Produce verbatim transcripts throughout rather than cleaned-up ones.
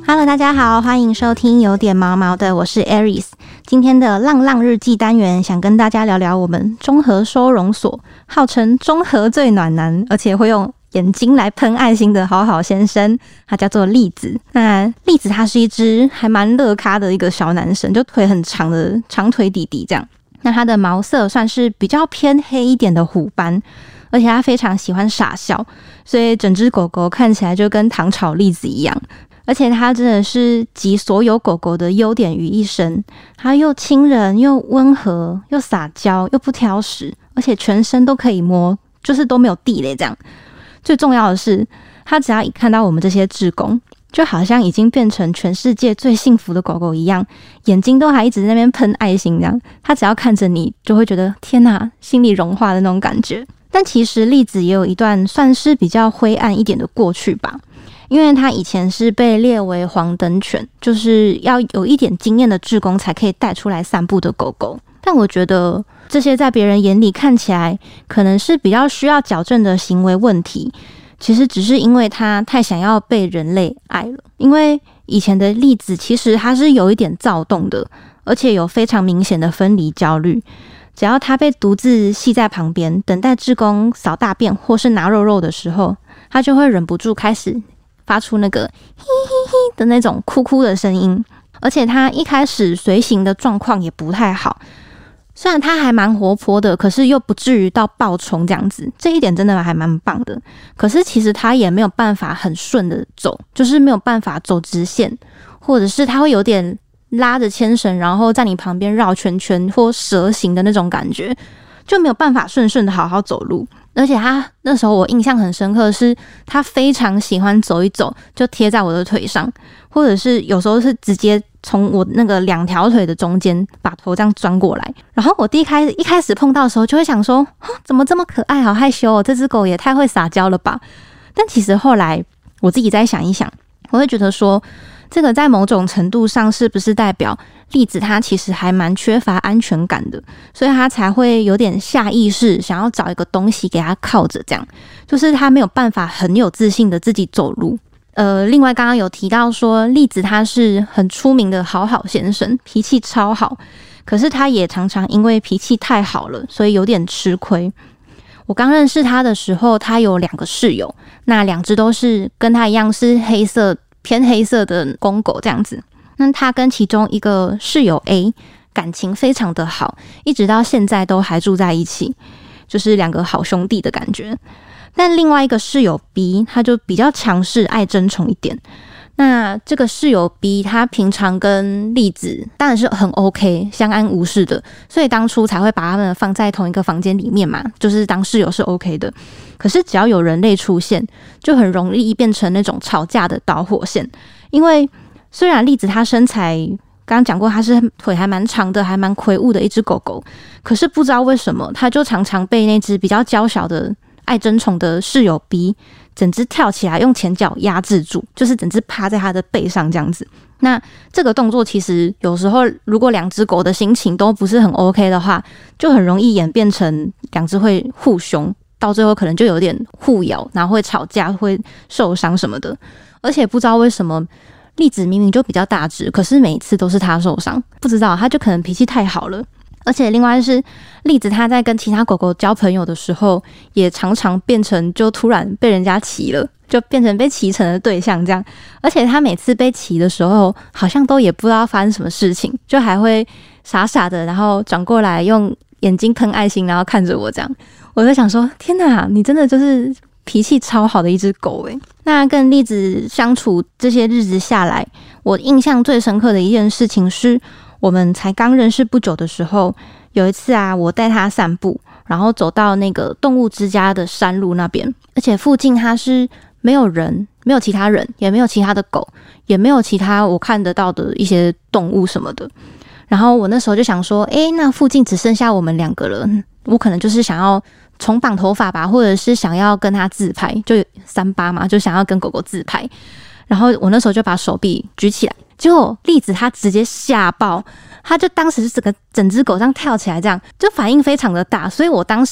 Hello， 大家好，欢迎收听有点毛毛的，我是 Aries。今天的浪浪日记单元，想跟大家聊聊我们中和收容所，号称中和最暖男，而且会用眼睛来喷爱心的好好先生，他叫做栗子。那栗子他是一只还蛮乐咖的一个小男生，就腿很长的长腿弟弟这样。那他的毛色算是比较偏黑一点的虎斑，而且他非常喜欢傻笑，所以整只狗狗看起来就跟糖炒栗子一样。而且它真的是集所有狗狗的优点于一身，它又亲人又温和又撒娇又不挑食，而且全身都可以摸，就是都没有地雷这样。最重要的是，它只要一看到我们这些志工，就好像已经变成全世界最幸福的狗狗一样，眼睛都还一直在那边喷爱心这样。它只要看着你，就会觉得天哪，心里融化的那种感觉。但其实栗子也有一段算是比较灰暗一点的过去吧。因为他以前是被列为黄灯犬，就是要有一点经验的志工才可以带出来散步的狗狗。但我觉得这些在别人眼里看起来可能是比较需要矫正的行为问题，其实只是因为他太想要被人类爱了。因为以前的栗子其实他是有一点躁动的，而且有非常明显的分离焦虑。只要他被独自系在旁边，等待志工扫大便或是拿肉肉的时候，他就会忍不住开始发出那个嘿嘿嘿的那种哭哭的声音。而且他一开始随行的状况也不太好，虽然他还蛮活泼的，可是又不至于到暴冲这样子，这一点真的还蛮棒的。可是其实他也没有办法很顺的走，就是没有办法走直线，或者是他会有点拉着牵绳，然后在你旁边绕圈圈或蛇形的那种感觉，就没有办法顺顺的好好走路。而且他那时候我印象很深刻的是，他非常喜欢走一走就贴在我的腿上，或者是有时候是直接从我那个两条腿的中间把头这样钻过来。然后我第一开一开始碰到的时候就会想说，怎么这么可爱，好害羞哦，这只狗也太会撒娇了吧。但其实后来我自己再想一想，我会觉得说，这个在某种程度上是不是代表栗子他其实还蛮缺乏安全感的，所以他才会有点下意识想要找一个东西给他靠着，这样就是他没有办法很有自信的自己走路。呃，另外刚刚有提到说栗子他是很出名的好好先生，脾气超好，可是他也常常因为脾气太好了，所以有点吃亏。我刚认识他的时候，他有两个室友，那两只都是跟他一样是黑色偏黑色的公狗这样子。那他跟其中一个室友 A 感情非常的好，一直到现在都还住在一起，就是两个好兄弟的感觉。但另外一个室友 B 他就比较强势，爱争宠一点。那这个室友 B 他平常跟栗子当然是很 OK， 相安无事的，所以当初才会把他们放在同一个房间里面嘛，就是当室友是 OK 的。可是只要有人类出现，就很容易变成那种吵架的导火线。因为虽然栗子他身材刚刚讲过，他是腿还蛮长的，还蛮魁梧的一只狗狗，可是不知道为什么他就常常被那只比较娇小的爱争宠的室友 B 整只跳起来用前脚压制住，就是整只趴在他的背上这样子。那这个动作其实有时候如果两只狗的心情都不是很 OK 的话，就很容易演变成两只会互凶，到最后可能就有点互咬，然后会吵架，会受伤什么的。而且不知道为什么栗子明明就比较大只，可是每一次都是他受伤，不知道他就可能脾气太好了。而且另外是栗子他在跟其他狗狗交朋友的时候，也常常变成就突然被人家骑了，就变成被骑成的对象这样。而且他每次被骑的时候，好像都也不知道发生什么事情，就还会傻傻的，然后转过来用眼睛喷爱心，然后看着我这样。我就想说，天哪，你真的就是脾气超好的一只狗诶。那跟栗子相处这些日子下来，我印象最深刻的一件事情是，我们才刚认识不久的时候，有一次啊，我带他散步，然后走到那个动物之家的山路那边，而且附近它是没有人，没有其他人，也没有其他的狗，也没有其他我看得到的一些动物什么的。然后我那时候就想说，诶，那附近只剩下我们两个了，我可能就是想要重绑头发吧，或者是想要跟他自拍，就三八嘛，就想要跟狗狗自拍。然后我那时候就把手臂举起来，结果栗子他直接吓爆，他就当时整个整只狗这样跳起来，这样就反应非常的大，所以我当时也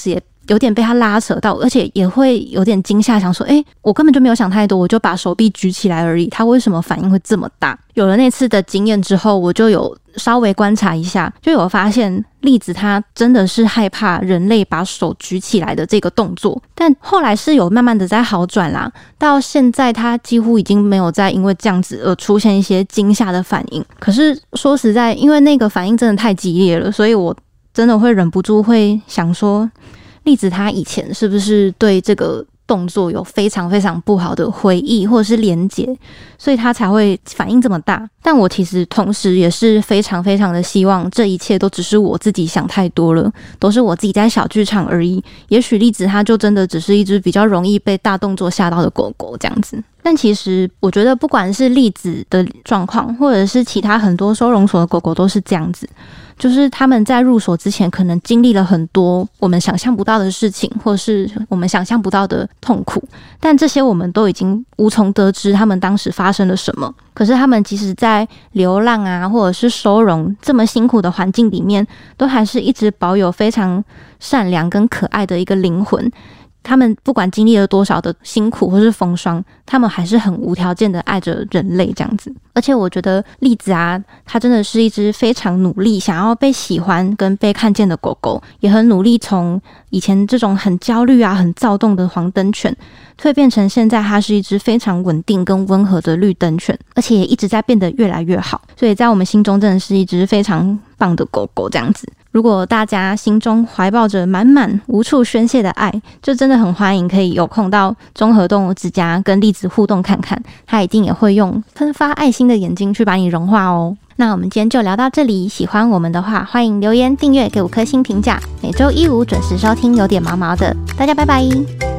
有点被他拉扯到，而且也会有点惊吓，想说诶，我根本就没有想太多，我就把手臂举起来而已，他为什么反应会这么大？有了那次的经验之后，我就有稍微观察一下，就有发现栗子他真的是害怕人类把手举起来的这个动作，但后来是有慢慢的在好转啦，到现在他几乎已经没有再因为这样子而出现一些惊吓的反应。可是说实在，因为那个反应真的太激烈了，所以我真的会忍不住会想说，栗子他以前是不是对这个动作有非常非常不好的回忆或者是连结，所以他才会反应这么大。但我其实同时也是非常非常的希望这一切都只是我自己想太多了，都是我自己在小剧场而已，也许栗子它就真的只是一只比较容易被大动作吓到的狗狗这样子。但其实我觉得不管是栗子的状况，或者是其他很多收容所的狗狗都是这样子，就是他们在入所之前可能经历了很多我们想象不到的事情，或是我们想象不到的痛苦，但这些我们都已经无从得知他们当时发生了什么。可是他们即使在流浪啊，或者是收容这么辛苦的环境里面，都还是一直保有非常善良跟可爱的一个灵魂。他们不管经历了多少的辛苦或是风霜，他们还是很无条件的爱着人类这样子。而且我觉得栗子啊，它真的是一只非常努力想要被喜欢跟被看见的狗狗，也很努力从以前这种很焦虑啊很躁动的黄灯犬蜕变成现在它是一只非常稳定跟温和的绿灯犬，而且也一直在变得越来越好，所以在我们心中真的是一只非常棒的狗狗这样子。如果大家心中怀抱着满满无处宣泄的爱，就真的很欢迎可以有空到中和动物之家跟栗子互动看看，它一定也会用喷发爱心的眼睛去把你融化哦。那我们今天就聊到这里，喜欢我们的话欢迎留言订阅给五颗星评价，每周一五准时收听有点毛毛的，大家拜拜。